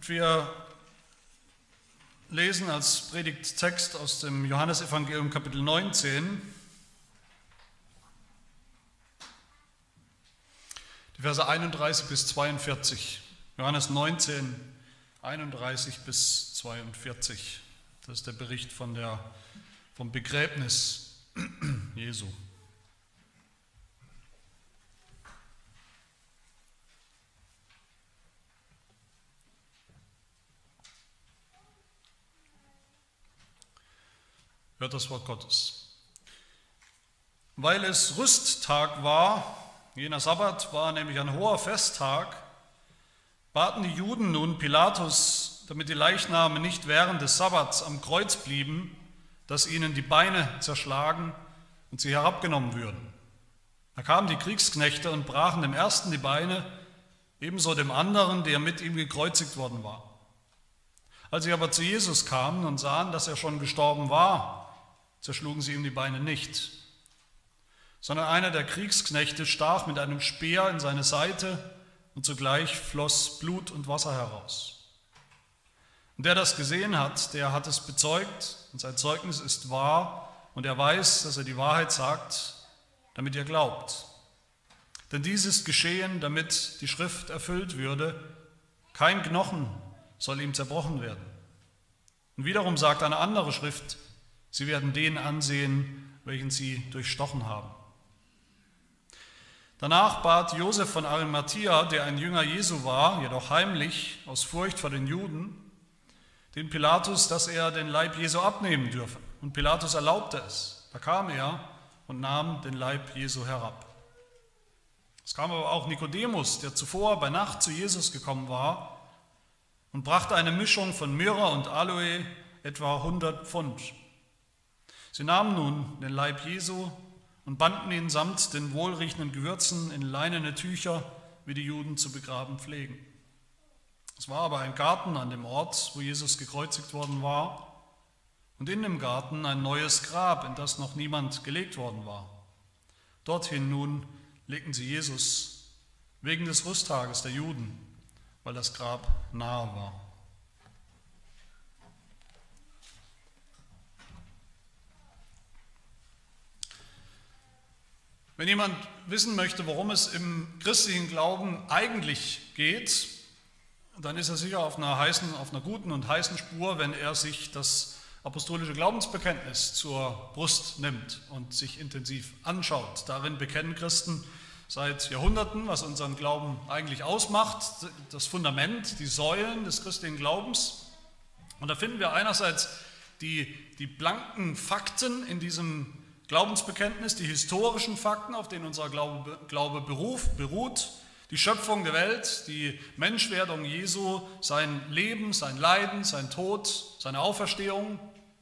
Wir lesen als Predigttext aus dem Johannesevangelium Kapitel 19, die Verse 31 bis 42. Johannes 19, 31 bis 42. Das ist der Bericht vom Begräbnis Jesu. Hört das Wort Gottes. Weil es Rüsttag war, jener Sabbat war nämlich ein hoher Festtag, baten die Juden nun Pilatus, damit die Leichname nicht während des Sabbats am Kreuz blieben, dass ihnen die Beine zerschlagen und sie herabgenommen würden. Da kamen die Kriegsknechte und brachen dem ersten die Beine, ebenso dem anderen, der mit ihm gekreuzigt worden war. Als sie aber zu Jesus kamen und sahen, dass er schon gestorben war, zerschlugen sie ihm die Beine nicht, sondern einer der Kriegsknechte stach mit einem Speer in seine Seite und zugleich floss Blut und Wasser heraus. Und der das gesehen hat, der hat es bezeugt und sein Zeugnis ist wahr und er weiß, dass er die Wahrheit sagt, damit ihr glaubt. Denn dies ist geschehen, damit die Schrift erfüllt würde, kein Knochen soll ihm zerbrochen werden. Und wiederum sagt eine andere Schrift, sie werden den ansehen, welchen sie durchstochen haben. Danach bat Josef von Arimathea, der ein Jünger Jesu war, jedoch heimlich, aus Furcht vor den Juden, den Pilatus, dass er den Leib Jesu abnehmen dürfe. Und Pilatus erlaubte es. Da kam er und nahm den Leib Jesu herab. Es kam aber auch Nikodemus, der zuvor bei Nacht zu Jesus gekommen war, und brachte eine Mischung von Myrrhe und Aloe, etwa 100 Pfund. Sie nahmen nun den Leib Jesu und banden ihn samt den wohlriechenden Gewürzen in leinene Tücher, wie die Juden zu begraben pflegen. Es war aber ein Garten an dem Ort, wo Jesus gekreuzigt worden war, und in dem Garten ein neues Grab, in das noch niemand gelegt worden war. Dorthin nun legten sie Jesus wegen des Rüsttages der Juden, weil das Grab nahe war. Wenn jemand wissen möchte, worum es im christlichen Glauben eigentlich geht, dann ist er sicher auf einer guten und heißen Spur, wenn er sich das apostolische Glaubensbekenntnis zur Brust nimmt und sich intensiv anschaut. Darin bekennen Christen seit Jahrhunderten, was unseren Glauben eigentlich ausmacht, das Fundament, die Säulen des christlichen Glaubens. Und da finden wir einerseits die blanken Fakten in diesem Glaubensbekenntnis, die historischen Fakten, auf denen unser Glaube beruht, die Schöpfung der Welt, die Menschwerdung Jesu, sein Leben, sein Leiden, sein Tod, seine Auferstehung.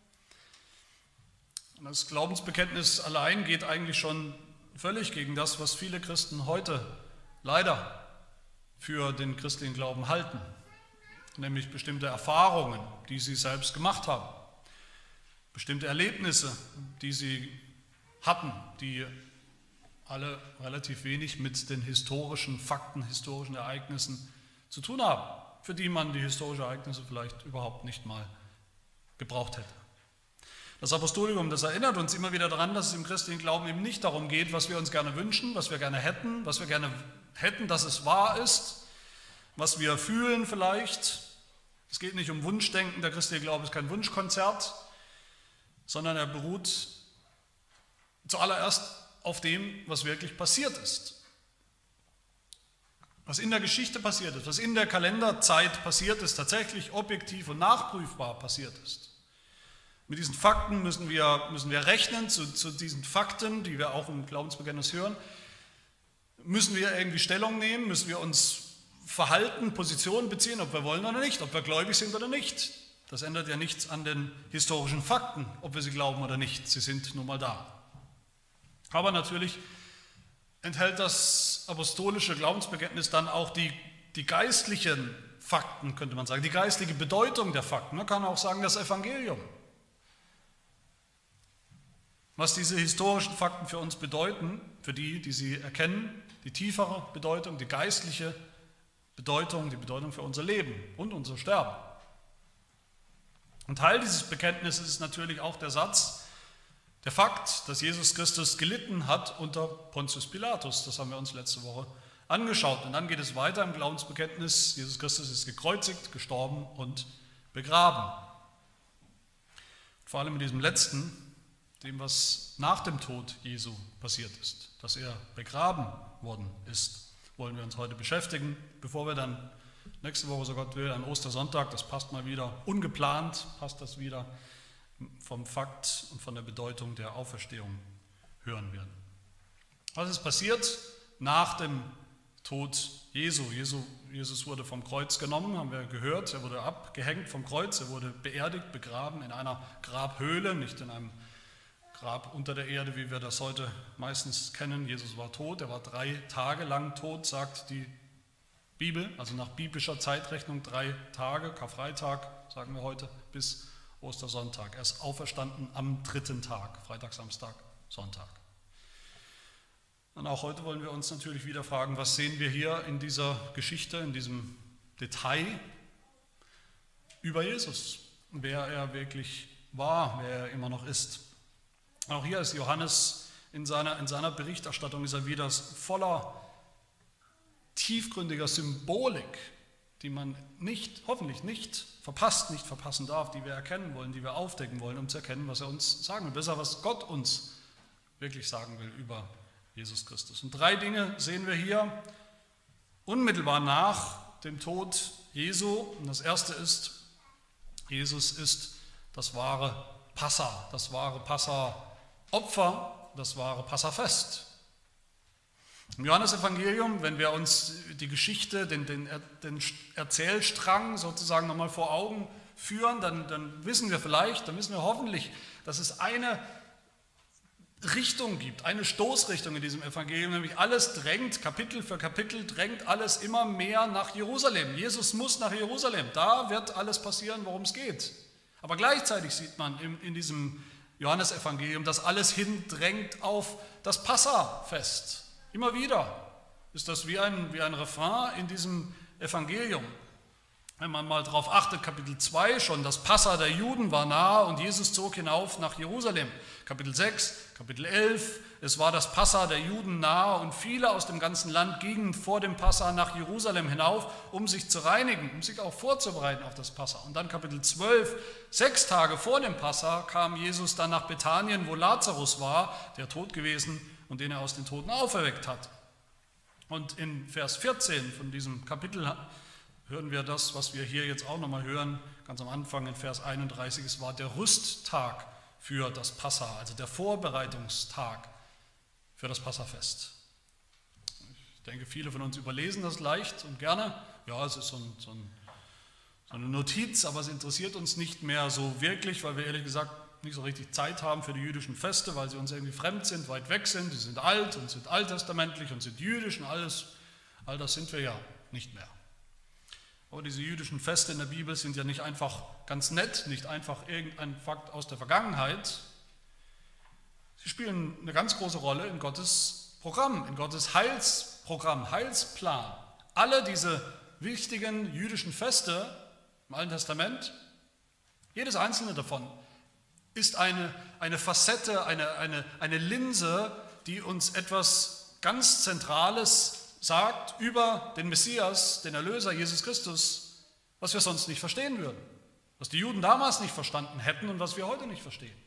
Und das Glaubensbekenntnis allein geht eigentlich schon völlig gegen das, was viele Christen heute leider für den christlichen Glauben halten, nämlich bestimmte Erfahrungen, die sie selbst gemacht haben, bestimmte Erlebnisse, die sie hatten, die alle relativ wenig mit den historischen Fakten, historischen Ereignissen zu tun haben, für die man die historischen Ereignisse vielleicht überhaupt nicht mal gebraucht hätte. Das Apostolikum, das erinnert uns immer wieder daran, dass es im christlichen Glauben eben nicht darum geht, was wir uns gerne wünschen, was wir gerne hätten, dass es wahr ist, was wir fühlen vielleicht. Es geht nicht um Wunschdenken, der christliche Glaube ist kein Wunschkonzert, sondern er beruht zuallererst auf dem, was wirklich passiert ist. Was in der Geschichte passiert ist, was in der Kalenderzeit passiert ist, tatsächlich objektiv und nachprüfbar passiert ist. Mit diesen Fakten müssen wir rechnen, zu diesen Fakten, die wir auch im Glaubensbekenntnis hören, müssen wir irgendwie Stellung nehmen, müssen wir uns verhalten, Positionen beziehen, ob wir wollen oder nicht, ob wir gläubig sind oder nicht. Das ändert ja nichts an den historischen Fakten, ob wir sie glauben oder nicht. Sie sind nun mal da. Aber natürlich enthält das apostolische Glaubensbekenntnis dann auch die geistlichen Fakten, könnte man sagen, die geistliche Bedeutung der Fakten. Man kann auch sagen, das Evangelium. Was diese historischen Fakten für uns bedeuten, für die sie erkennen, die tiefere Bedeutung, die geistliche Bedeutung, die Bedeutung für unser Leben und unser Sterben. Und Teil dieses Bekenntnisses ist natürlich auch der Fakt, dass Jesus Christus gelitten hat unter Pontius Pilatus. Das haben wir uns letzte Woche angeschaut. Und dann geht es weiter im Glaubensbekenntnis. Jesus Christus ist gekreuzigt, gestorben und begraben. Vor allem in diesem letzten, dem, was nach dem Tod Jesu passiert ist, dass er begraben worden ist, wollen wir uns heute beschäftigen, bevor wir dann nächste Woche, so Gott will, an Ostersonntag, das passt mal wieder, ungeplant passt das wieder, vom Fakt und von der Bedeutung der Auferstehung hören werden. Was ist passiert nach dem Tod Jesu? Jesus wurde vom Kreuz genommen, haben wir gehört, er wurde abgehängt vom Kreuz, er wurde beerdigt, begraben in einer Grabhöhle, nicht in einem Grab unter der Erde, wie wir das heute meistens kennen. Jesus war tot, er war 3 Tage lang tot, sagt die Bibel, also nach biblischer Zeitrechnung 3 Tage, Karfreitag, sagen wir heute, bis Ostersonntag. Er ist auferstanden am 3. Tag, Freitag, Samstag, Sonntag. Und auch heute wollen wir uns natürlich wieder fragen, was sehen wir hier in dieser Geschichte, in diesem Detail über Jesus, wer er wirklich war, wer er immer noch ist. Auch hier ist Johannes in seiner Berichterstattung ist er wieder voller tiefgründiger Symbolik, die man hoffentlich nicht verpassen darf, die wir erkennen wollen, die wir aufdecken wollen, um zu erkennen, was er uns sagen will, besser, was Gott uns wirklich sagen will über Jesus Christus. Und 3 Dinge sehen wir hier unmittelbar nach dem Tod Jesu. Und das erste ist, Jesus ist das wahre Passa, das wahre Passa-Opfer, das wahre Passafest. Im Johannesevangelium, wenn wir uns die Geschichte, den Erzählstrang sozusagen nochmal vor Augen führen, dann wissen wir hoffentlich, dass es eine Richtung gibt, eine Stoßrichtung in diesem Evangelium, nämlich alles drängt, Kapitel für Kapitel drängt alles immer mehr nach Jerusalem. Jesus muss nach Jerusalem, da wird alles passieren, worum es geht. Aber gleichzeitig sieht man in diesem Johannesevangelium, dass alles hindrängt auf das Passafest. Immer wieder ist das wie ein Refrain in diesem Evangelium. Wenn man mal darauf achtet, Kapitel 2 schon, das Passa der Juden war nahe und Jesus zog hinauf nach Jerusalem. Kapitel 6, Kapitel 11, es war das Passa der Juden nahe und viele aus dem ganzen Land gingen vor dem Passa nach Jerusalem hinauf, um sich zu reinigen, um sich auch vorzubereiten auf das Passa. Und dann Kapitel 12, 6 Tage vor dem Passa kam Jesus dann nach Bethanien, wo Lazarus war, der tot gewesen und den er aus den Toten auferweckt hat. Und in Vers 14 von diesem Kapitel hören wir das, was wir hier jetzt auch nochmal hören, ganz am Anfang in Vers 31, es war der Rüsttag für das Passa, also der Vorbereitungstag für das Passafest. Ich denke, viele von uns überlesen das leicht und gerne. Ja, es ist so eine Notiz, aber es interessiert uns nicht mehr so wirklich, weil wir ehrlich gesagt nicht so richtig Zeit haben für die jüdischen Feste, weil sie uns irgendwie fremd sind, weit weg sind, sie sind alt und sind alttestamentlich und sind jüdisch und all das sind wir ja nicht mehr. Aber diese jüdischen Feste in der Bibel sind ja nicht einfach ganz nett, nicht einfach irgendein Fakt aus der Vergangenheit. Sie spielen eine ganz große Rolle in Gottes Programm, in Gottes Heilsprogramm, Heilsplan. Alle diese wichtigen jüdischen Feste im Alten Testament, jedes einzelne davon ist eine Facette, eine Linse, die uns etwas ganz Zentrales sagt über den Messias, den Erlöser Jesus Christus, was wir sonst nicht verstehen würden, was die Juden damals nicht verstanden hätten und was wir heute nicht verstehen.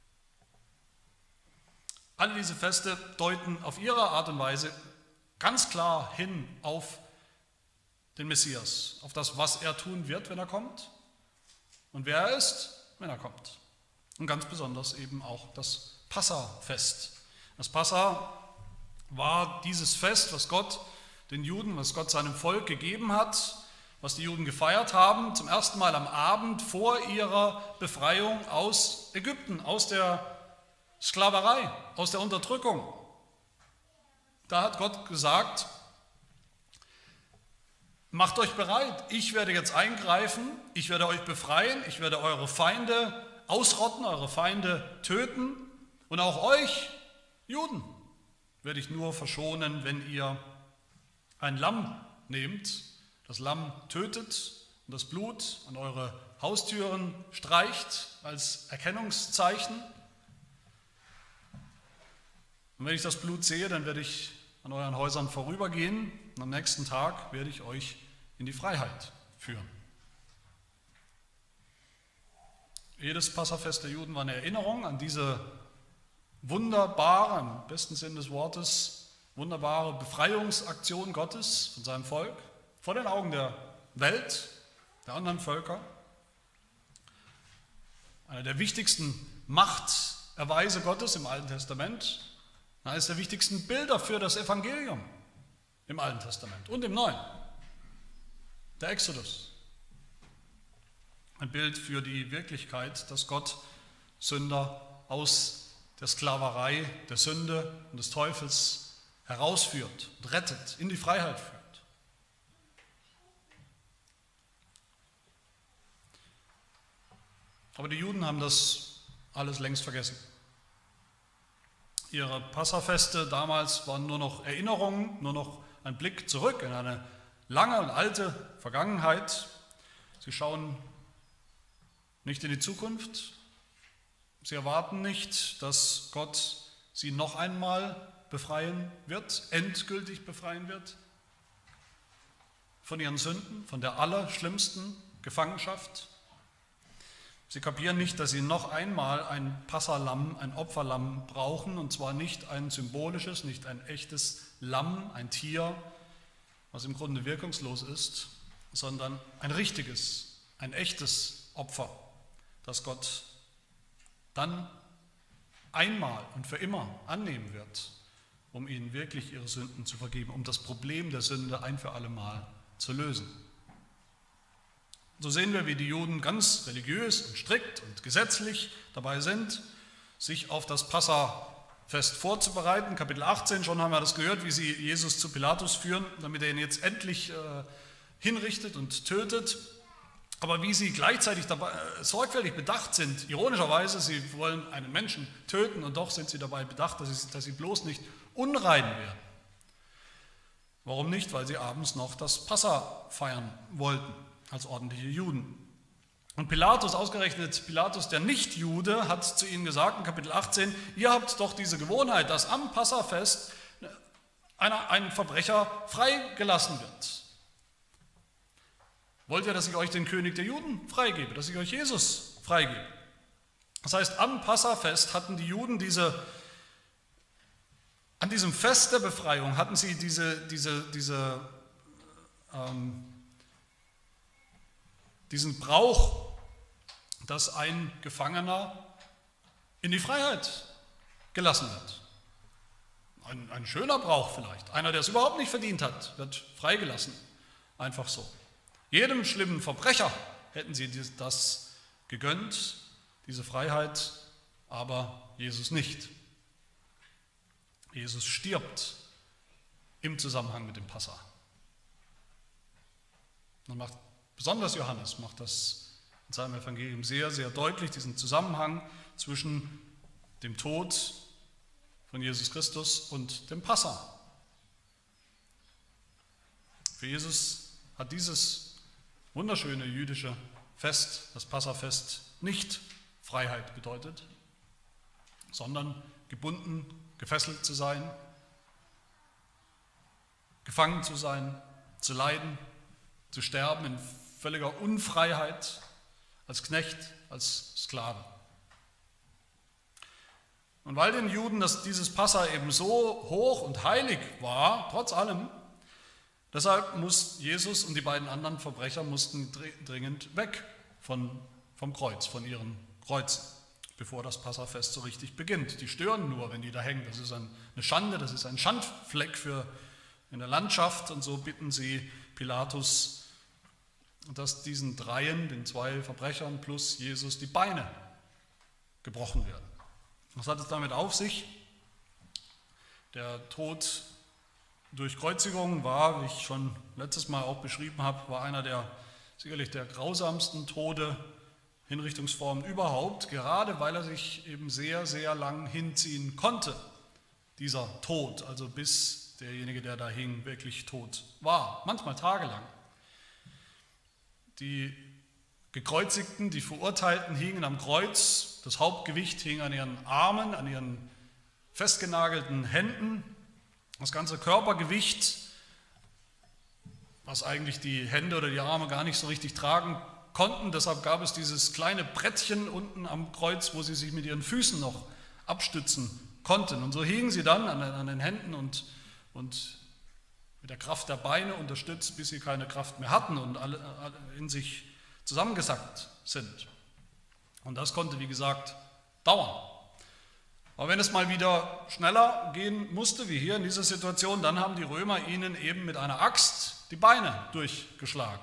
Alle diese Feste deuten auf ihre Art und Weise ganz klar hin auf den Messias, auf das, was er tun wird, wenn er kommt und wer er ist, wenn er kommt. Und ganz besonders eben auch das Passafest. Das Passa war dieses Fest, was Gott den Juden, was Gott seinem Volk gegeben hat, was die Juden gefeiert haben, zum ersten Mal am Abend vor ihrer Befreiung aus Ägypten, aus der Sklaverei, aus der Unterdrückung. Da hat Gott gesagt, macht euch bereit, ich werde jetzt eingreifen, ich werde euch befreien, ich werde eure Feinde ausrotten, eure Feinde töten und auch euch, Juden, werde ich nur verschonen, wenn ihr ein Lamm nehmt, das Lamm tötet und das Blut an eure Haustüren streicht als Erkennungszeichen. Und wenn ich das Blut sehe, dann werde ich an euren Häusern vorübergehen und am nächsten Tag werde ich euch in die Freiheit führen. Jedes Passafest der Juden war eine Erinnerung an diese wunderbare, im besten Sinn des Wortes, wunderbare Befreiungsaktion Gottes von seinem Volk vor den Augen der Welt, der anderen Völker. Einer der wichtigsten Machterweise Gottes im Alten Testament, eines der wichtigsten Bilder für das Evangelium im Alten Testament und im Neuen, der Exodus. Ein Bild für die Wirklichkeit, dass Gott Sünder aus der Sklaverei, der Sünde und des Teufels herausführt und rettet, in die Freiheit führt. Aber die Juden haben das alles längst vergessen. Ihre Passafeste damals waren nur noch Erinnerungen, nur noch ein Blick zurück in eine lange und alte Vergangenheit. Sie schauen nicht in die Zukunft. Sie erwarten nicht, dass Gott sie noch einmal befreien wird, endgültig befreien wird von ihren Sünden, von der allerschlimmsten Gefangenschaft. Sie kapieren nicht, dass sie noch einmal ein Passalamm, ein Opferlamm brauchen, und zwar nicht ein symbolisches, nicht ein echtes Lamm, ein Tier, was im Grunde wirkungslos ist, sondern ein richtiges, ein echtes Opfer, das Gott dann einmal und für immer annehmen wird, um ihnen wirklich ihre Sünden zu vergeben, um das Problem der Sünde ein für alle Mal zu lösen. So sehen wir, wie die Juden ganz religiös und strikt und gesetzlich dabei sind, sich auf das Passafest vorzubereiten. Kapitel 18, schon haben wir das gehört, wie sie Jesus zu Pilatus führen, damit er ihn jetzt endlich hinrichtet und tötet. Aber wie sie gleichzeitig dabei sorgfältig bedacht sind, ironischerweise, sie wollen einen Menschen töten und doch sind sie dabei bedacht, dass sie bloß nicht unrein werden. Warum nicht? Weil sie abends noch das Passa feiern wollten, als ordentliche Juden. Und Pilatus, ausgerechnet Pilatus, der Nicht-Jude, hat zu ihnen gesagt in Kapitel 18, ihr habt doch diese Gewohnheit, dass am Passafest ein Verbrecher freigelassen wird. Wollt ihr, dass ich euch den König der Juden freigebe, dass ich euch Jesus freigebe? Das heißt, am Passafest hatten die Juden an diesem Fest der Befreiung hatten sie diesen Brauch, dass ein Gefangener in die Freiheit gelassen wird. Ein schöner Brauch vielleicht. Einer, der es überhaupt nicht verdient hat, wird freigelassen. Einfach so. Jedem schlimmen Verbrecher hätten sie das gegönnt, diese Freiheit, aber Jesus nicht. Jesus stirbt im Zusammenhang mit dem Passa. Besonders Johannes macht das in seinem Evangelium sehr, sehr deutlich, diesen Zusammenhang zwischen dem Tod von Jesus Christus und dem Passa. Für Jesus hat dieses wunderschöne jüdische Fest, das Passafest, nicht Freiheit bedeutet, sondern gebunden, gefesselt zu sein, gefangen zu sein, zu leiden, zu sterben in völliger Unfreiheit, als Knecht, als Sklave. Und weil den Juden dieses Passa eben so hoch und heilig war, trotz allem, deshalb muss Jesus und die beiden anderen Verbrecher mussten dringend weg vom Kreuz, von ihren Kreuzen, bevor das Passafest so richtig beginnt. Die stören nur, wenn die da hängen. Das ist eine Schande, das ist ein Schandfleck in der Landschaft. Und so bitten sie Pilatus, dass diesen dreien, den zwei Verbrechern plus Jesus, die Beine gebrochen werden. Was hat es damit auf sich? Der Tod durch Kreuzigung war, wie ich schon letztes Mal auch beschrieben habe, war einer sicherlich der grausamsten Tode, Hinrichtungsformen überhaupt, gerade weil er sich eben sehr, sehr lang hinziehen konnte, dieser Tod, also bis derjenige, der da hing, wirklich tot war, manchmal tagelang. Die Gekreuzigten, die Verurteilten hingen am Kreuz, das Hauptgewicht hing an ihren Armen, an ihren festgenagelten Händen, das ganze Körpergewicht, was eigentlich die Hände oder die Arme gar nicht so richtig tragen konnten. Deshalb gab es dieses kleine Brettchen unten am Kreuz, wo sie sich mit ihren Füßen noch abstützen konnten. Und so hingen sie dann an den Händen und mit der Kraft der Beine unterstützt, bis sie keine Kraft mehr hatten und alle in sich zusammengesackt sind. Und das konnte, wie gesagt, dauern. Aber wenn es mal wieder schneller gehen musste, wie hier in dieser Situation, dann haben die Römer ihnen eben mit einer Axt die Beine durchgeschlagen.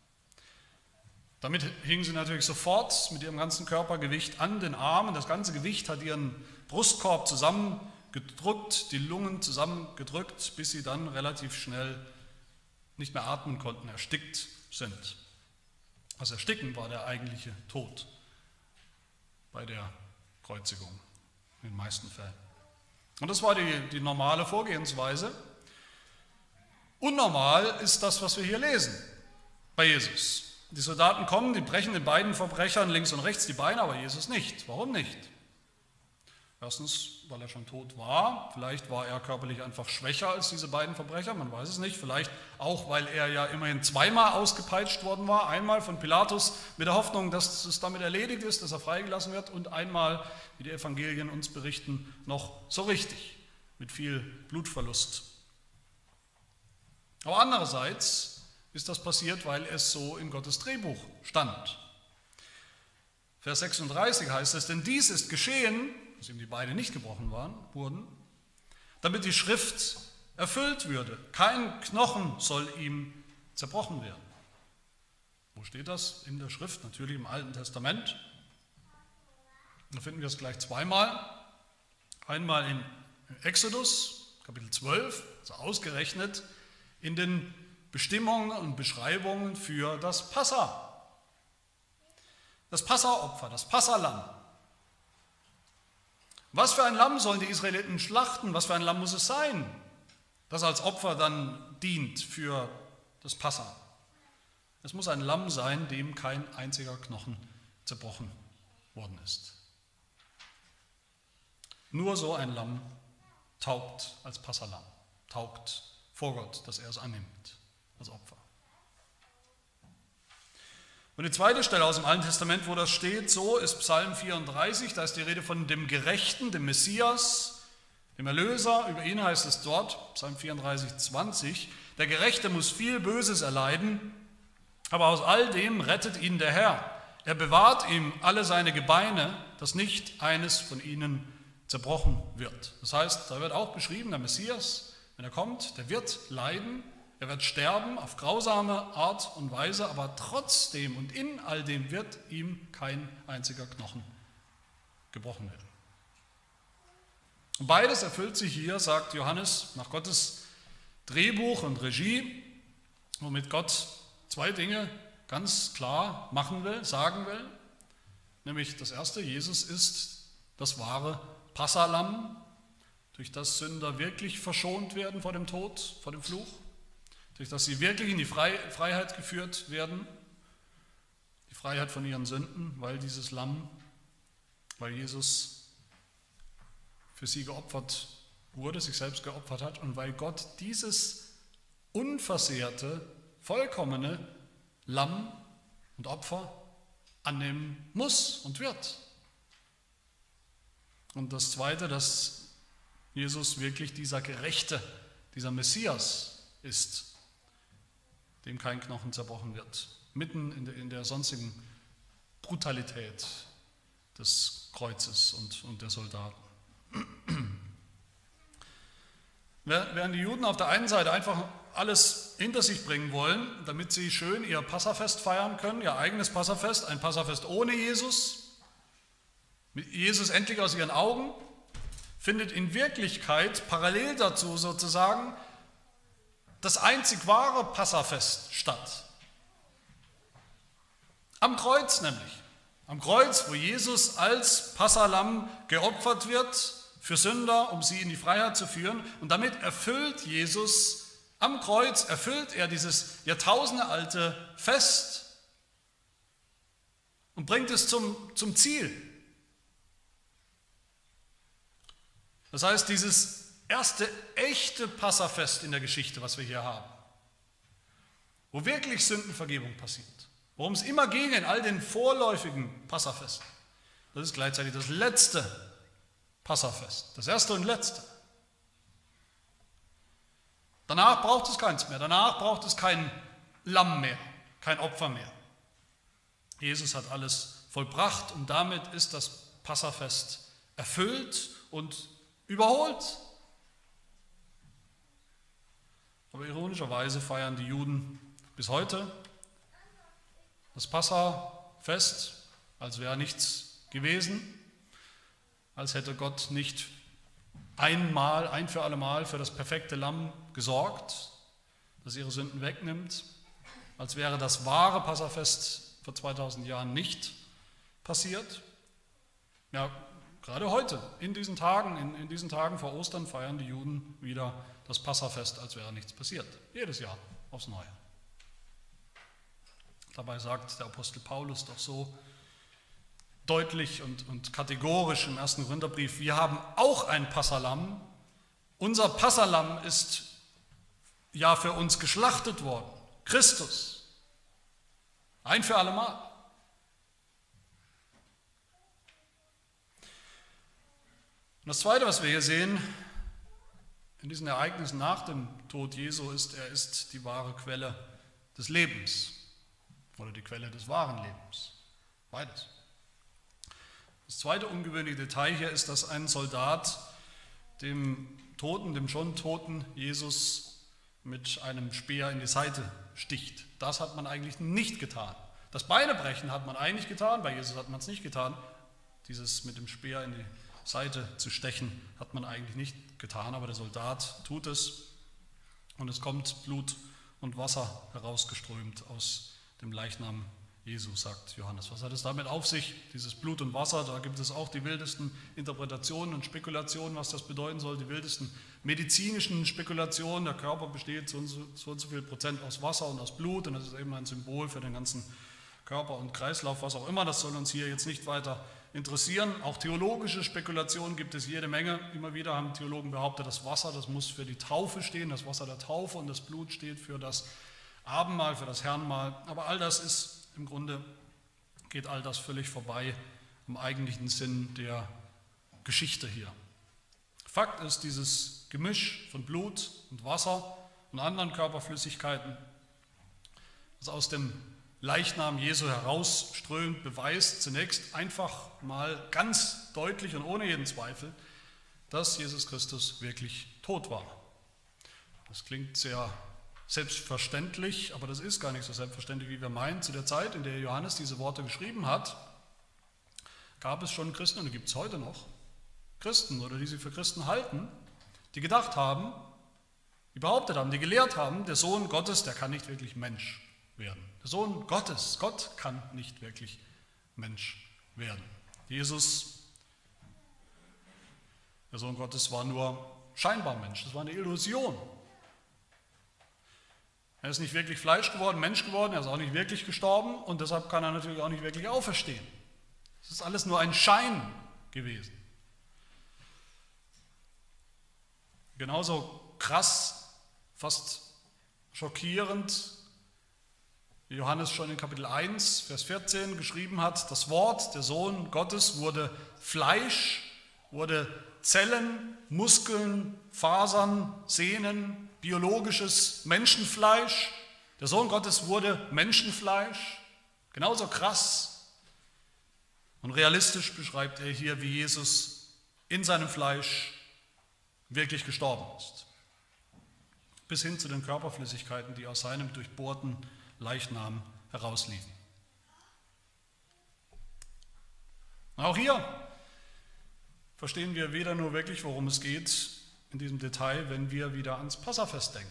Damit hingen sie natürlich sofort mit ihrem ganzen Körpergewicht an den Armen. Das ganze Gewicht hat ihren Brustkorb zusammengedrückt, die Lungen zusammengedrückt, bis sie dann relativ schnell nicht mehr atmen konnten, erstickt sind. Das Ersticken war der eigentliche Tod bei der Kreuzigung, in den meisten Fällen. Und das war die normale Vorgehensweise. Unnormal ist das, was wir hier lesen bei Jesus. Die Soldaten kommen, die brechen den beiden Verbrechern links und rechts die Beine, aber Jesus nicht. Warum nicht? Erstens, weil er schon tot war. Vielleicht war er körperlich einfach schwächer als diese beiden Verbrecher, man weiß es nicht. Vielleicht auch, weil er ja immerhin zweimal ausgepeitscht worden war. Einmal von Pilatus mit der Hoffnung, dass es damit erledigt ist, dass er freigelassen wird. Und einmal, wie die Evangelien uns berichten, noch so richtig, mit viel Blutverlust. Aber andererseits ist das passiert, weil es so in Gottes Drehbuch stand. Vers 36 heißt es, denn dies ist geschehen, dass ihm die Beine nicht gebrochen wurden, damit die Schrift erfüllt würde. Kein Knochen soll ihm zerbrochen werden. Wo steht das in der Schrift? Natürlich im Alten Testament. Da finden wir es gleich zweimal. Einmal in Exodus, Kapitel 12, also ausgerechnet in den Bestimmungen und Beschreibungen für das Passa. Das Passaopfer, das Passahlamm. Was für ein Lamm sollen die Israeliten schlachten? Was für ein Lamm muss es sein, das als Opfer dann dient für das Passa? Es muss ein Lamm sein, dem kein einziger Knochen zerbrochen worden ist. Nur so ein Lamm taugt als Passahlamm, taugt vor Gott, dass er es annimmt als Opfer. Und die zweite Stelle aus dem Alten Testament, wo das steht, so ist Psalm 34, da ist die Rede von dem Gerechten, dem Messias, dem Erlöser. Über ihn heißt es dort, Psalm 34, 20, der Gerechte muss viel Böses erleiden, aber aus all dem rettet ihn der Herr. Er bewahrt ihm alle seine Gebeine, dass nicht eines von ihnen zerbrochen wird. Das heißt, da wird auch beschrieben, der Messias, wenn er kommt, der wird leiden, er wird sterben auf grausame Art und Weise, aber trotzdem und in all dem wird ihm kein einziger Knochen gebrochen werden. Und beides erfüllt sich hier, sagt Johannes, nach Gottes Drehbuch und Regie, womit Gott zwei Dinge ganz klar machen will, sagen will. Nämlich das erste, Jesus ist das wahre Passahlamm, durch das Sünder wirklich verschont werden vor dem Tod, vor dem Fluch. Durch das sie wirklich in die Freiheit geführt werden, die Freiheit von ihren Sünden, weil dieses Lamm, weil Jesus für sie geopfert wurde, sich selbst geopfert hat und weil Gott dieses unversehrte, vollkommene Lamm und Opfer annehmen muss und wird. Und das Zweite, dass Jesus wirklich dieser Gerechte, dieser Messias ist, dem kein Knochen zerbrochen wird, mitten in der sonstigen Brutalität des Kreuzes und der Soldaten. Während die Juden auf der einen Seite einfach alles hinter sich bringen wollen, damit sie schön ihr Passafest feiern können, ihr eigenes Passafest, ein Passafest ohne Jesus, mit Jesus endlich aus ihren Augen, findet in Wirklichkeit parallel dazu sozusagen das einzig wahre Passafest statt. Am Kreuz nämlich. Am Kreuz, wo Jesus als Passahlamm geopfert wird für Sünder, um sie in die Freiheit zu führen. Und damit erfüllt Jesus am Kreuz, erfüllt er dieses jahrtausendealte Fest und bringt es zum Ziel. Das heißt, dieses erste echte Passafest in der Geschichte, was wir hier haben, wo wirklich Sündenvergebung passiert, worum es immer ging in all den vorläufigen Passafesten, das ist gleichzeitig das letzte Passafest, das erste und letzte. Danach braucht es keins mehr, danach braucht es kein Lamm mehr, kein Opfer mehr. Jesus hat alles vollbracht und damit ist das Passafest erfüllt und überholt. Aber ironischerweise feiern die Juden bis heute das Passafest, als wäre nichts gewesen, als hätte Gott nicht ein für alle Mal für das perfekte Lamm gesorgt, das ihre Sünden wegnimmt, als wäre das wahre Passafest vor 2000 Jahren nicht passiert. Ja, gerade heute, in diesen Tagen vor Ostern feiern die Juden wieder das Passafest, als wäre nichts passiert. Jedes Jahr aufs Neue. Dabei sagt der Apostel Paulus doch so deutlich und kategorisch im 1. Korintherbrief, wir haben auch ein Passalamm. Unser Passalamm ist ja für uns geschlachtet worden. Christus. Ein für alle Mal. Und das Zweite, was wir hier sehen, in diesen Ereignissen nach dem Tod Jesu, ist, er ist die wahre Quelle des Lebens oder die Quelle des wahren Lebens. Beides. Das zweite ungewöhnliche Detail hier ist, dass ein Soldat dem schon toten Jesus mit einem Speer in die Seite sticht. Das hat man eigentlich nicht getan. Das Beinebrechen hat man eigentlich getan, bei Jesus hat man es nicht getan. Dieses mit dem Speer in die Seite zu stechen hat man eigentlich nicht getan, aber der Soldat tut es und es kommt Blut und Wasser herausgeströmt aus dem Leichnam Jesu, sagt Johannes. Was hat es damit auf sich, dieses Blut und Wasser? Da gibt es auch die wildesten Interpretationen und Spekulationen, was das bedeuten soll, die wildesten medizinischen Spekulationen. Der Körper besteht so und so viel Prozent aus Wasser und aus Blut und das ist eben ein Symbol für den ganzen Körper und Kreislauf, was auch immer. Das soll uns hier jetzt nicht weiter interessieren. Auch theologische Spekulationen gibt es jede Menge. Immer wieder haben Theologen behauptet, das Wasser, das muss für die Taufe stehen, das Wasser der Taufe, und das Blut steht für das Abendmahl, für das Herrenmahl. Aber all das ist im Grunde, geht all das völlig vorbei am eigentlichen Sinn der Geschichte hier. Fakt ist, dieses Gemisch von Blut und Wasser und anderen Körperflüssigkeiten, das aus dem Leichnam Jesu herausströmt, beweist zunächst einfach mal ganz deutlich und ohne jeden Zweifel, dass Jesus Christus wirklich tot war. Das klingt sehr selbstverständlich, aber das ist gar nicht so selbstverständlich, wie wir meinen. Zu der Zeit, in der Johannes diese Worte geschrieben hat, gab es schon Christen, und gibt es heute noch Christen, oder die sie für Christen halten, die gedacht haben, die behauptet haben, die gelehrt haben, der Sohn Gottes, der kann nicht wirklich Mensch werden. Der Sohn Gottes, Gott kann nicht wirklich Mensch werden. Jesus, der Sohn Gottes, war nur scheinbar Mensch, das war eine Illusion. Er ist nicht wirklich Fleisch geworden, Mensch geworden, er ist auch nicht wirklich gestorben und deshalb kann er natürlich auch nicht wirklich auferstehen. Es ist alles nur ein Schein gewesen. Genauso krass, fast schockierend, wie Johannes schon in Kapitel 1, Vers 14 geschrieben hat, das Wort, der Sohn Gottes, wurde Fleisch, wurde Zellen, Muskeln, Fasern, Sehnen, biologisches Menschenfleisch. Der Sohn Gottes wurde Menschenfleisch. Genauso krass und realistisch beschreibt er hier, wie Jesus in seinem Fleisch wirklich gestorben ist. Bis hin zu den Körperflüssigkeiten, die aus seinem durchbohrten Leichnam herausliefen. Auch hier verstehen wir weder nur wirklich, worum es geht in diesem Detail, wenn wir wieder ans Passafest denken.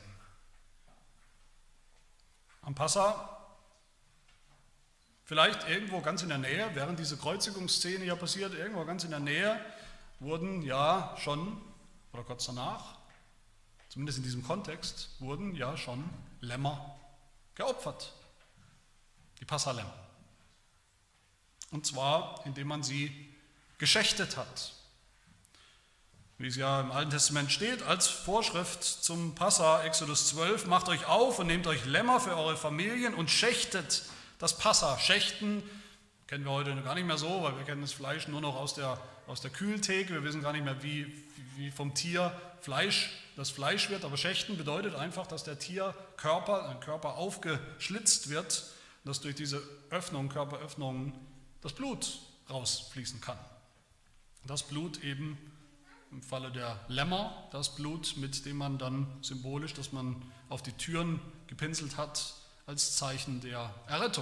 Am Passa, vielleicht irgendwo ganz in der Nähe, während diese Kreuzigungsszene hier passiert, irgendwo ganz in der Nähe, wurden ja schon, oder kurz danach, zumindest in diesem Kontext, wurden ja schon Lämmer geopfert. Die Passalämmer. Und zwar, indem man sie geschächtet hat. Wie es ja im Alten Testament steht, als Vorschrift zum Passa, Exodus 12, macht euch auf und nehmt euch Lämmer für eure Familien und schächtet das Passa. Schächten kennen wir heute gar nicht mehr so, weil wir kennen das Fleisch nur noch aus der Kühltheke. Wir wissen gar nicht mehr, wie vom Tier das Fleisch wird. Aber Schächten bedeutet einfach, dass der Körper aufgeschlitzt wird, dass durch diese Körperöffnungen, das Blut rausfließen kann. Das Blut eben im Falle der Lämmer, das Blut, mit dem man dann symbolisch, das man auf die Türen gepinselt hat, als Zeichen der Errettung.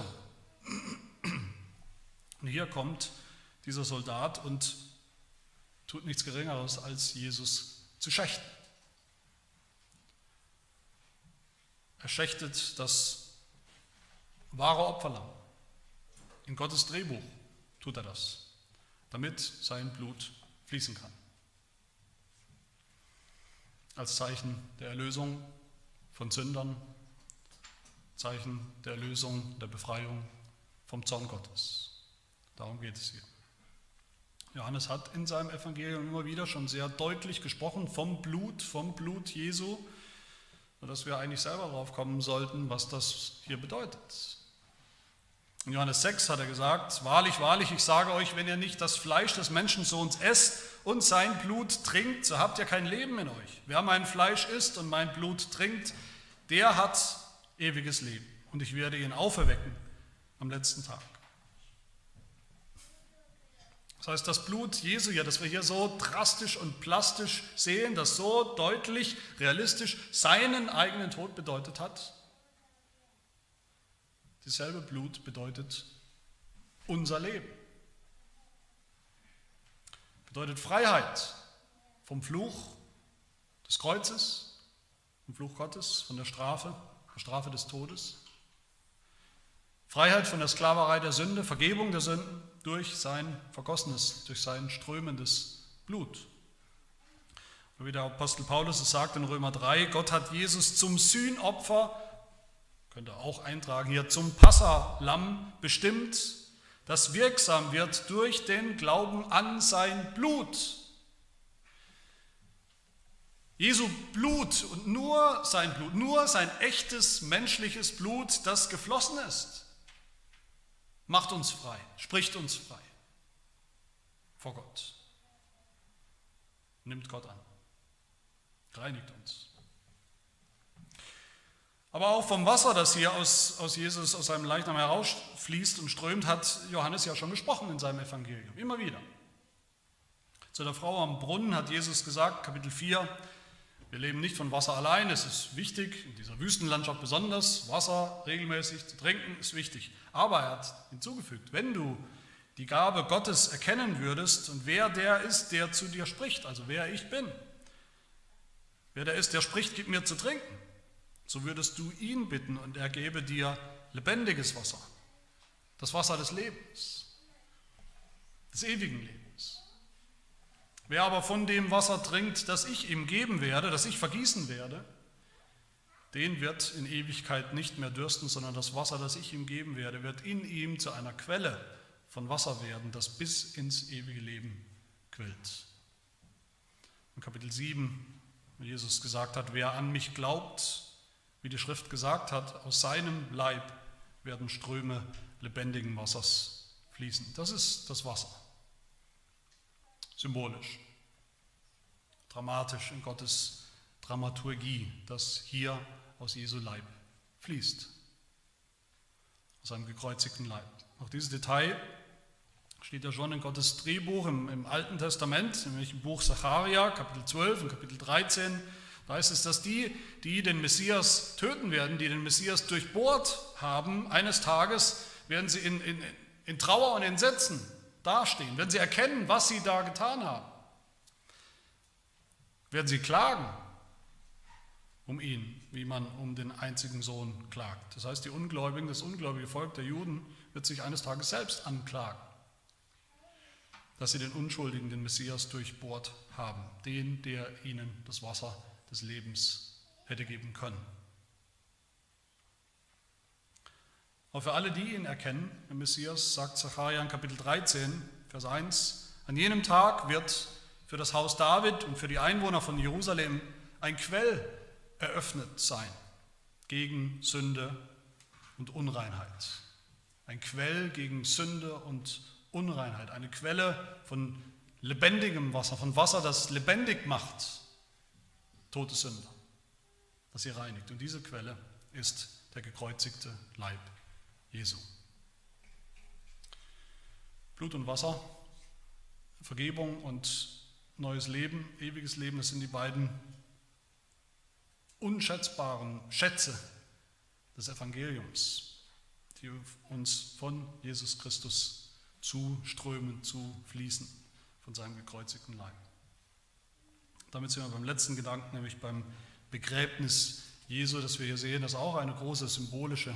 Und hier kommt dieser Soldat und tut nichts Geringeres, als Jesus zu schächten. Er schächtet das wahre Opferlamm. In Gottes Drehbuch tut er das, damit sein Blut fließen kann. Als Zeichen der Erlösung von Sündern, Zeichen der Erlösung, der Befreiung vom Zorn Gottes. Darum geht es hier. Johannes hat in seinem Evangelium immer wieder schon sehr deutlich gesprochen vom Blut Jesu, sodass wir eigentlich selber drauf kommen sollten, was das hier bedeutet. In Johannes 6 hat er gesagt, wahrlich, wahrlich, ich sage euch, wenn ihr nicht das Fleisch des Menschensohns esst und sein Blut trinkt, so habt ihr kein Leben in euch. Wer mein Fleisch isst und mein Blut trinkt, der hat ewiges Leben. Und ich werde ihn auferwecken am letzten Tag. Das heißt, das Blut Jesu, ja, das wir hier so drastisch und plastisch sehen, das so deutlich, realistisch seinen eigenen Tod bedeutet hat, dasselbe Blut bedeutet unser Leben. Bedeutet Freiheit vom Fluch des Kreuzes, vom Fluch Gottes, von der Strafe des Todes. Freiheit von der Sklaverei der Sünde, Vergebung der Sünden durch sein vergossenes, durch sein strömendes Blut. Wie der Apostel Paulus es sagt in Römer 3, Gott hat Jesus zum Sühnopfer, könnt ihr auch eintragen hier, zum Passalamm bestimmt, das wirksam wird durch den Glauben an sein Blut. Jesu Blut und nur sein echtes menschliches Blut, das geflossen ist, macht uns frei, spricht uns frei vor Gott, nimmt Gott an, reinigt uns. Aber auch vom Wasser, das hier aus Jesus, aus seinem Leichnam herausfließt und strömt, hat Johannes ja schon gesprochen in seinem Evangelium, immer wieder. Zu der Frau am Brunnen hat Jesus gesagt, Kapitel 4, wir leben nicht von Wasser allein, es ist wichtig, in dieser Wüstenlandschaft besonders, Wasser regelmäßig zu trinken ist wichtig. Aber er hat hinzugefügt, wenn du die Gabe Gottes erkennen würdest und wer der ist, der zu dir spricht, also wer ich bin, wer der ist, der spricht, gib mir zu trinken, so würdest du ihn bitten und er gebe dir lebendiges Wasser, das Wasser des Lebens, des ewigen Lebens. Wer aber von dem Wasser trinkt, das ich ihm geben werde, das ich vergießen werde, den wird in Ewigkeit nicht mehr dürsten, sondern das Wasser, das ich ihm geben werde, wird in ihm zu einer Quelle von Wasser werden, das bis ins ewige Leben quillt. In Kapitel 7, wo Jesus gesagt hat, wer an mich glaubt, wie die Schrift gesagt hat, aus seinem Leib werden Ströme lebendigen Wassers fließen. Das ist das Wasser. Symbolisch, dramatisch in Gottes Dramaturgie, das hier aus Jesu Leib fließt, aus seinem gekreuzigten Leib. Auch dieses Detail steht ja schon in Gottes Drehbuch im Alten Testament, nämlich im Buch Sacharja, Kapitel 12 und Kapitel 13. Da heißt es, dass die den Messias töten werden, die den Messias durchbohrt haben, eines Tages werden sie in Trauer und Entsetzen dastehen, werden sie erkennen, was sie da getan haben, werden sie klagen um ihn, wie man um den einzigen Sohn klagt. Das heißt, das ungläubige Volk der Juden wird sich eines Tages selbst anklagen, dass sie den Unschuldigen, den Messias, durchbohrt haben, den, der ihnen das Wasser des Lebens hätte geben können. Aber für alle, die ihn erkennen, den Messias, sagt Sacharja in Kapitel 13, Vers 1, an jenem Tag wird für das Haus David und für die Einwohner von Jerusalem ein Quell eröffnet sein gegen Sünde und Unreinheit. Ein Quell gegen Sünde und Unreinheit. Eine Quelle von lebendigem Wasser, von Wasser, das lebendig macht, tote Sünder, das sie reinigt. Und diese Quelle ist der gekreuzigte Leib Jesu. Blut und Wasser, Vergebung und neues Leben, ewiges Leben, das sind die beiden unschätzbaren Schätze des Evangeliums, die uns von Jesus Christus zuströmen, zufließen, von seinem gekreuzigten Leib. Damit sind wir beim letzten Gedanken, nämlich beim Begräbnis Jesu, das wir hier sehen, das auch eine große symbolische,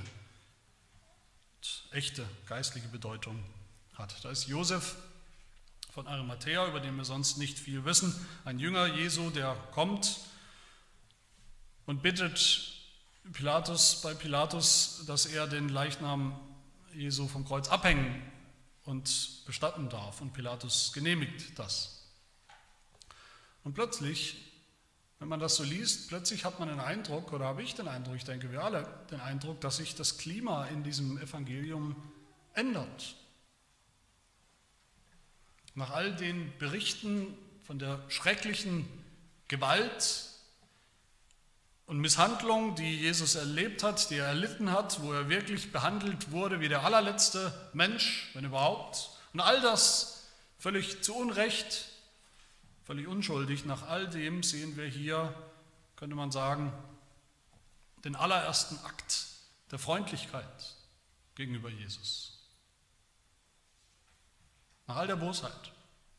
echte geistliche Bedeutung hat. Da ist Josef von Arimathäa, über den wir sonst nicht viel wissen, ein Jünger Jesu, der kommt und bittet bei Pilatus, dass er den Leichnam Jesu vom Kreuz abhängen und bestatten darf. Und Pilatus genehmigt das. Und plötzlich, wenn man das so liest, plötzlich hat man den Eindruck, oder habe ich den Eindruck, ich denke wir alle den Eindruck, dass sich das Klima in diesem Evangelium ändert. Nach all den Berichten von der schrecklichen Gewalt und Misshandlung, die Jesus erlebt hat, die er erlitten hat, wo er wirklich behandelt wurde wie der allerletzte Mensch, wenn überhaupt, und all das völlig zu Unrecht, völlig unschuldig, nach all dem sehen wir hier, könnte man sagen, den allerersten Akt der Freundlichkeit gegenüber Jesus. Nach all der Bosheit.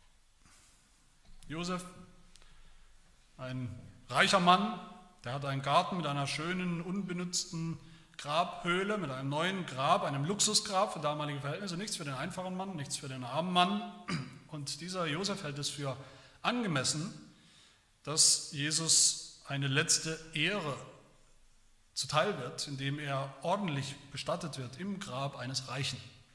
Josef, ein reicher Mann, der hat einen Garten mit einer schönen, unbenutzten Grabhöhle, mit einem neuen Grab, einem Luxusgrab für damalige Verhältnisse, nichts für den einfachen Mann, nichts für den armen Mann. Und dieser Josef hält es für angemessen, dass Jesus eine letzte Ehre zuteil wird, indem er ordentlich bestattet wird im Grab eines Reichen.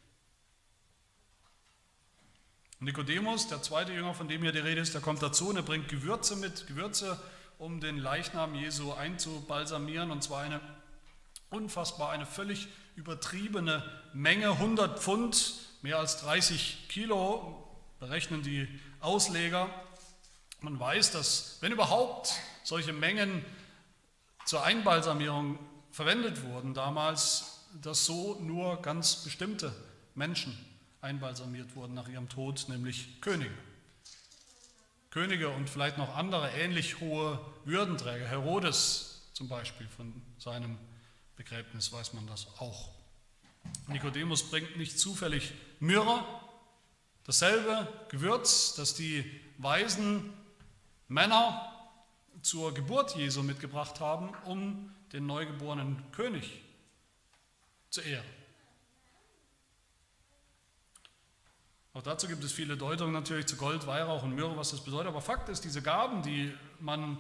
Nikodemus, der zweite Jünger, von dem hier die Rede ist, der kommt dazu und er bringt Gewürze mit, Gewürze, um den Leichnam Jesu einzubalsamieren, und zwar eine völlig übertriebene Menge, 100 Pfund, mehr als 30 Kilo, berechnen die Ausleger. Man weiß, dass, wenn überhaupt, solche Mengen zur Einbalsamierung verwendet wurden damals, dass so nur ganz bestimmte Menschen einbalsamiert wurden nach ihrem Tod, nämlich Könige. Könige und vielleicht noch andere ähnlich hohe Würdenträger. Herodes zum Beispiel, von seinem Begräbnis weiß man das auch. Nikodemus bringt nicht zufällig Myrrhe, dasselbe Gewürz, das die weisen Männer zur Geburt Jesu mitgebracht haben, um den neugeborenen König zu ehren. Auch dazu gibt es viele Deutungen natürlich zu Gold, Weihrauch und Myrrhe, was das bedeutet. Aber Fakt ist, diese Gaben, die man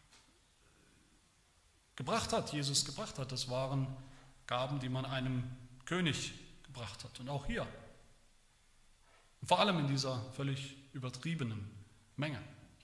gebracht hat, Jesus gebracht hat, das waren Gaben, die man einem König gebracht hat. Und auch hier. Und vor allem in dieser völlig übertriebenen Menge.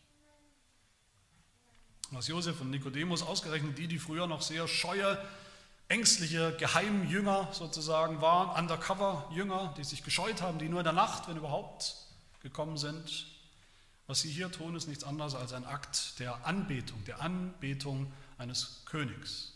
Was Josef und Nikodemus, ausgerechnet die früher noch sehr scheue, ängstliche Geheimjünger sozusagen waren, Undercover-Jünger, die sich gescheut haben, die nur in der Nacht, wenn überhaupt, gekommen sind. Was sie hier tun, ist nichts anderes als ein Akt der Anbetung eines Königs.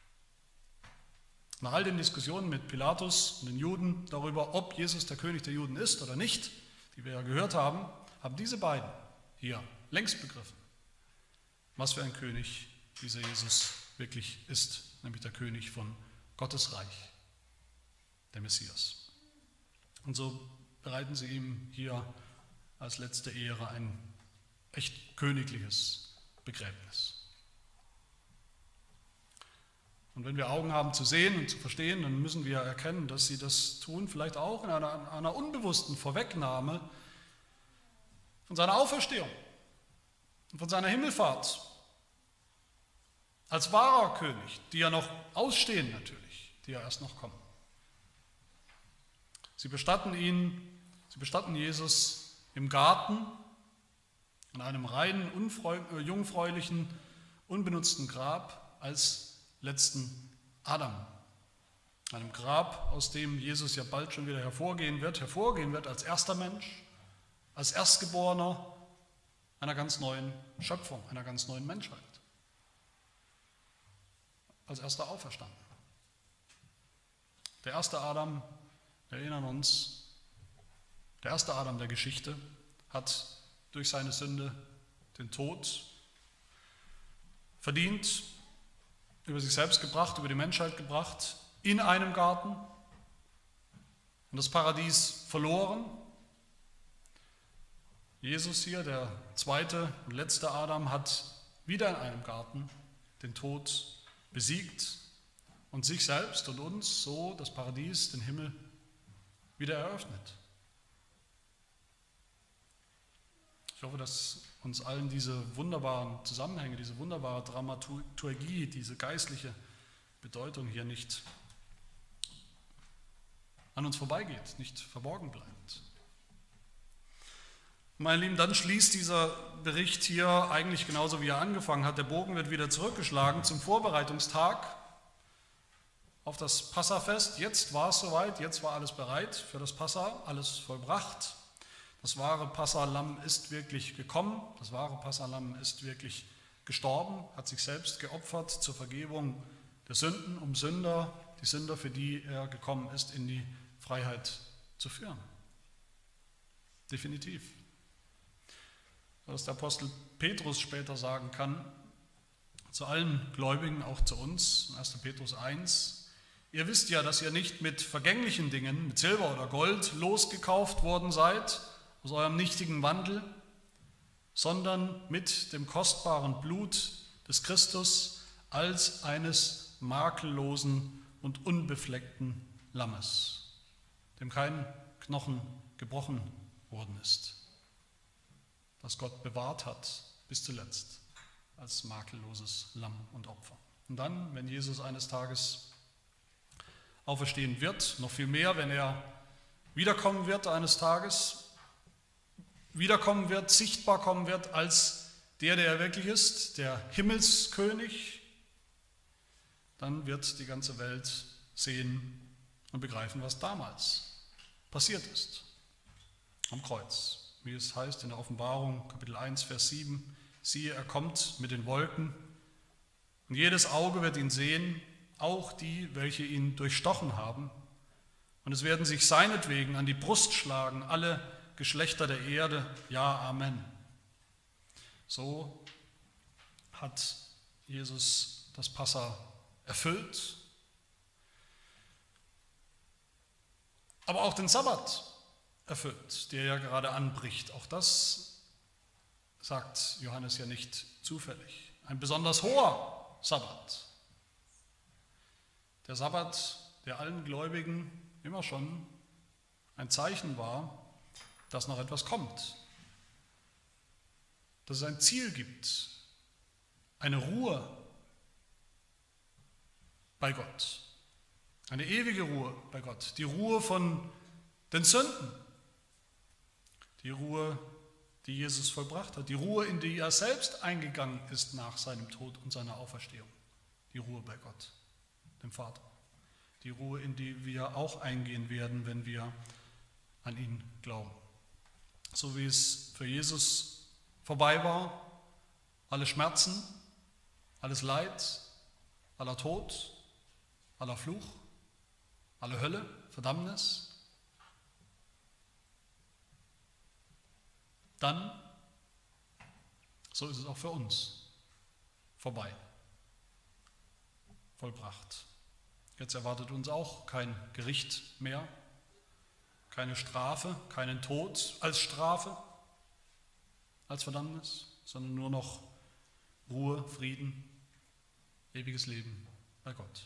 Nach all den Diskussionen mit Pilatus und den Juden darüber, ob Jesus der König der Juden ist oder nicht, die wir ja gehört haben, haben diese beiden hier längst begriffen, was für ein König dieser Jesus wirklich ist, nämlich der König von Gottes Reich, der Messias. Und so bereiten sie ihm hier als letzte Ehre ein echt königliches Begräbnis. Und wenn wir Augen haben zu sehen und zu verstehen, dann müssen wir erkennen, dass sie das tun, vielleicht auch in einer unbewussten Vorwegnahme von seiner Auferstehung und von seiner Himmelfahrt als wahrer König, die ja noch ausstehen natürlich, die ja erst noch kommen. Sie bestatten Jesus im Garten, an einem reinen, jungfräulichen, unbenutzten Grab als letzten Adam. Einem Grab, aus dem Jesus ja bald schon wieder hervorgehen wird als erster Mensch, als Erstgeborener einer ganz neuen Schöpfung, einer ganz neuen Menschheit. Als erster auferstanden. Der erste Adam, wir erinnern uns, der erste Adam der Geschichte hat durch seine Sünde den Tod verdient, über sich selbst gebracht, über die Menschheit gebracht, in einem Garten und das Paradies verloren. Jesus hier, der zweite und letzte Adam, hat wieder in einem Garten den Tod besiegt und sich selbst und uns, so das Paradies, den Himmel, wieder eröffnet. Ich hoffe, dass uns allen diese wunderbaren Zusammenhänge, diese wunderbare Dramaturgie, diese geistliche Bedeutung hier nicht an uns vorbeigeht, nicht verborgen bleibt. Meine Lieben, dann schließt dieser Bericht hier eigentlich genauso, wie er angefangen hat. Der Bogen wird wieder zurückgeschlagen zum Vorbereitungstag auf das Passafest. Jetzt war es soweit, jetzt war alles bereit für das Passa, alles vollbracht. Das wahre Passalamm ist wirklich gekommen, das wahre Passalamm ist wirklich gestorben, hat sich selbst geopfert zur Vergebung der Sünden, um die Sünder, für die er gekommen ist, in die Freiheit zu führen. Definitiv. Dass der Apostel Petrus später sagen kann, zu allen Gläubigen, auch zu uns, 1. Petrus 1, ihr wisst ja, dass ihr nicht mit vergänglichen Dingen, mit Silber oder Gold losgekauft worden seid, aus eurem nichtigen Wandel, sondern mit dem kostbaren Blut des Christus als eines makellosen und unbefleckten Lammes, dem kein Knochen gebrochen worden ist, das Gott bewahrt hat bis zuletzt als makelloses Lamm und Opfer. Und dann, wenn Jesus eines Tages auferstehen wird, noch viel mehr, wenn er wiederkommen wird eines Tages, wiederkommen wird, sichtbar kommen wird als der er wirklich ist, der Himmelskönig, dann wird die ganze Welt sehen und begreifen, was damals passiert ist am Kreuz. Wie es heißt in der Offenbarung, Kapitel 1, Vers 7, siehe, er kommt mit den Wolken und jedes Auge wird ihn sehen, auch die, welche ihn durchstochen haben. Und es werden sich seinetwegen an die Brust schlagen, alle Geschlechter der Erde, ja, Amen. So hat Jesus das Passa erfüllt, aber auch den Sabbat erfüllt, der ja gerade anbricht. Auch das sagt Johannes ja nicht zufällig. Ein besonders hoher Sabbat. Der Sabbat, der allen Gläubigen immer schon ein Zeichen war, dass noch etwas kommt. Dass es ein Ziel gibt, eine Ruhe bei Gott, eine ewige Ruhe bei Gott, die Ruhe von den Sünden, die Ruhe, die Jesus vollbracht hat, die Ruhe, in die er selbst eingegangen ist nach seinem Tod und seiner Auferstehung, die Ruhe bei Gott, dem Vater, die Ruhe, in die wir auch eingehen werden, wenn wir an ihn glauben. So wie es für Jesus vorbei war, alle Schmerzen, alles Leid, aller Tod, aller Fluch, alle Hölle, Verdammnis, dann, so ist es auch für uns vorbei, vollbracht. Jetzt erwartet uns auch kein Gericht mehr, keine Strafe, keinen Tod als Strafe, als Verdammnis, sondern nur noch Ruhe, Frieden, ewiges Leben bei Gott.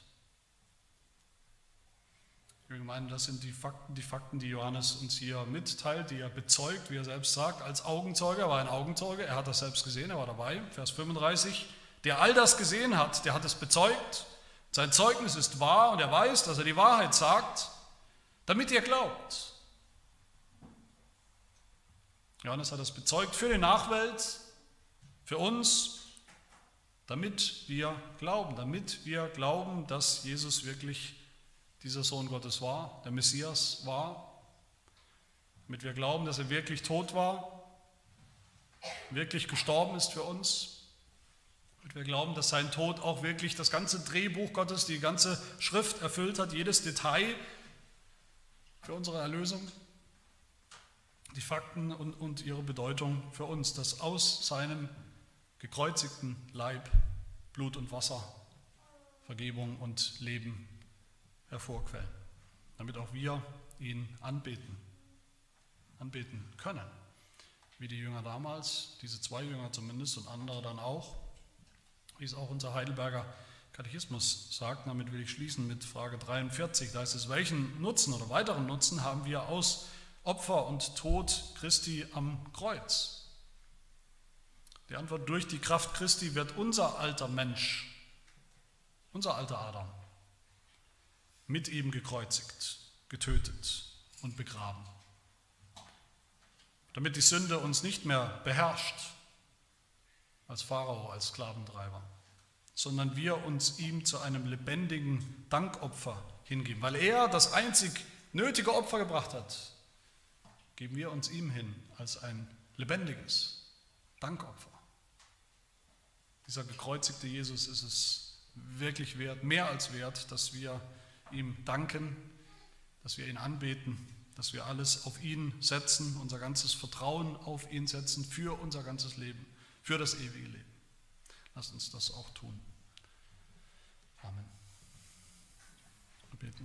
Ich meine, das sind die Fakten, die Johannes uns hier mitteilt, die er bezeugt, wie er selbst sagt, als Augenzeuge. Er war ein Augenzeuge, er hat das selbst gesehen, er war dabei. Vers 35, der all das gesehen hat, der hat es bezeugt. Sein Zeugnis ist wahr und er weiß, dass er die Wahrheit sagt, damit ihr glaubt. Johannes hat das bezeugt für die Nachwelt, für uns, damit wir glauben, dass Jesus wirklich dieser Sohn Gottes war, der Messias war, damit wir glauben, dass er wirklich tot war, wirklich gestorben ist für uns, damit wir glauben, dass sein Tod auch wirklich das ganze Drehbuch Gottes, die ganze Schrift erfüllt hat, jedes Detail für unsere Erlösung, die Fakten und ihre Bedeutung für uns, dass aus seinem gekreuzigten Leib Blut und Wasser, Vergebung und Leben hervorquellen, damit auch wir ihn anbeten können, wie die Jünger damals, diese 2 Jünger zumindest und andere dann auch, wie es auch unser Heidelberger Katechismus sagt. Damit will ich schließen mit Frage 43, da heißt es, welchen Nutzen oder weiteren Nutzen haben wir aus Opfer und Tod Christi am Kreuz? Die Antwort: durch die Kraft Christi wird unser alter Mensch, unser alter Adam, mit ihm gekreuzigt, getötet und begraben. Damit die Sünde uns nicht mehr beherrscht als Pharao, als Sklaventreiber, sondern wir uns ihm zu einem lebendigen Dankopfer hingeben. Weil er das einzig nötige Opfer gebracht hat, geben wir uns ihm hin als ein lebendiges Dankopfer. Dieser gekreuzigte Jesus ist es wirklich wert, mehr als wert, dass wir ihm danken, dass wir ihn anbeten, dass wir alles auf ihn setzen, unser ganzes Vertrauen auf ihn setzen für unser ganzes Leben, für das ewige Leben. Lasst uns das auch tun. Amen. Wir beten.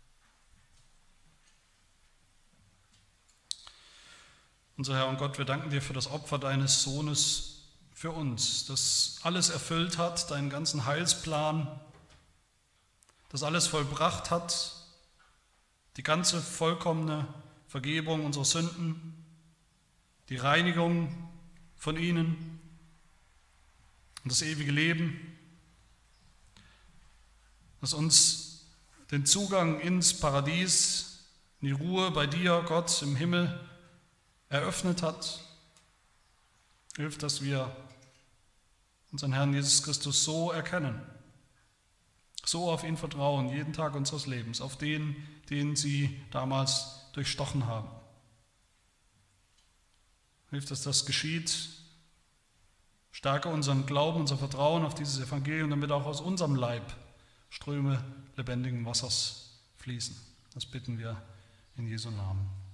Unser Herr und Gott, wir danken dir für das Opfer deines Sohnes für uns, das alles erfüllt hat, deinen ganzen Heilsplan, das alles vollbracht hat, die ganze vollkommene Vergebung unserer Sünden, die Reinigung von ihnen und das ewige Leben, das uns den Zugang ins Paradies, in die Ruhe bei dir, Gott, im Himmel eröffnet hat. Hilf, dass wir unseren Herrn Jesus Christus so erkennen, so auf ihn vertrauen, jeden Tag unseres Lebens, auf den sie damals durchstochen haben. Hilf, dass das geschieht. Stärke unseren Glauben, unser Vertrauen auf dieses Evangelium, damit auch aus unserem Leib Ströme lebendigen Wassers fließen. Das bitten wir in Jesu Namen.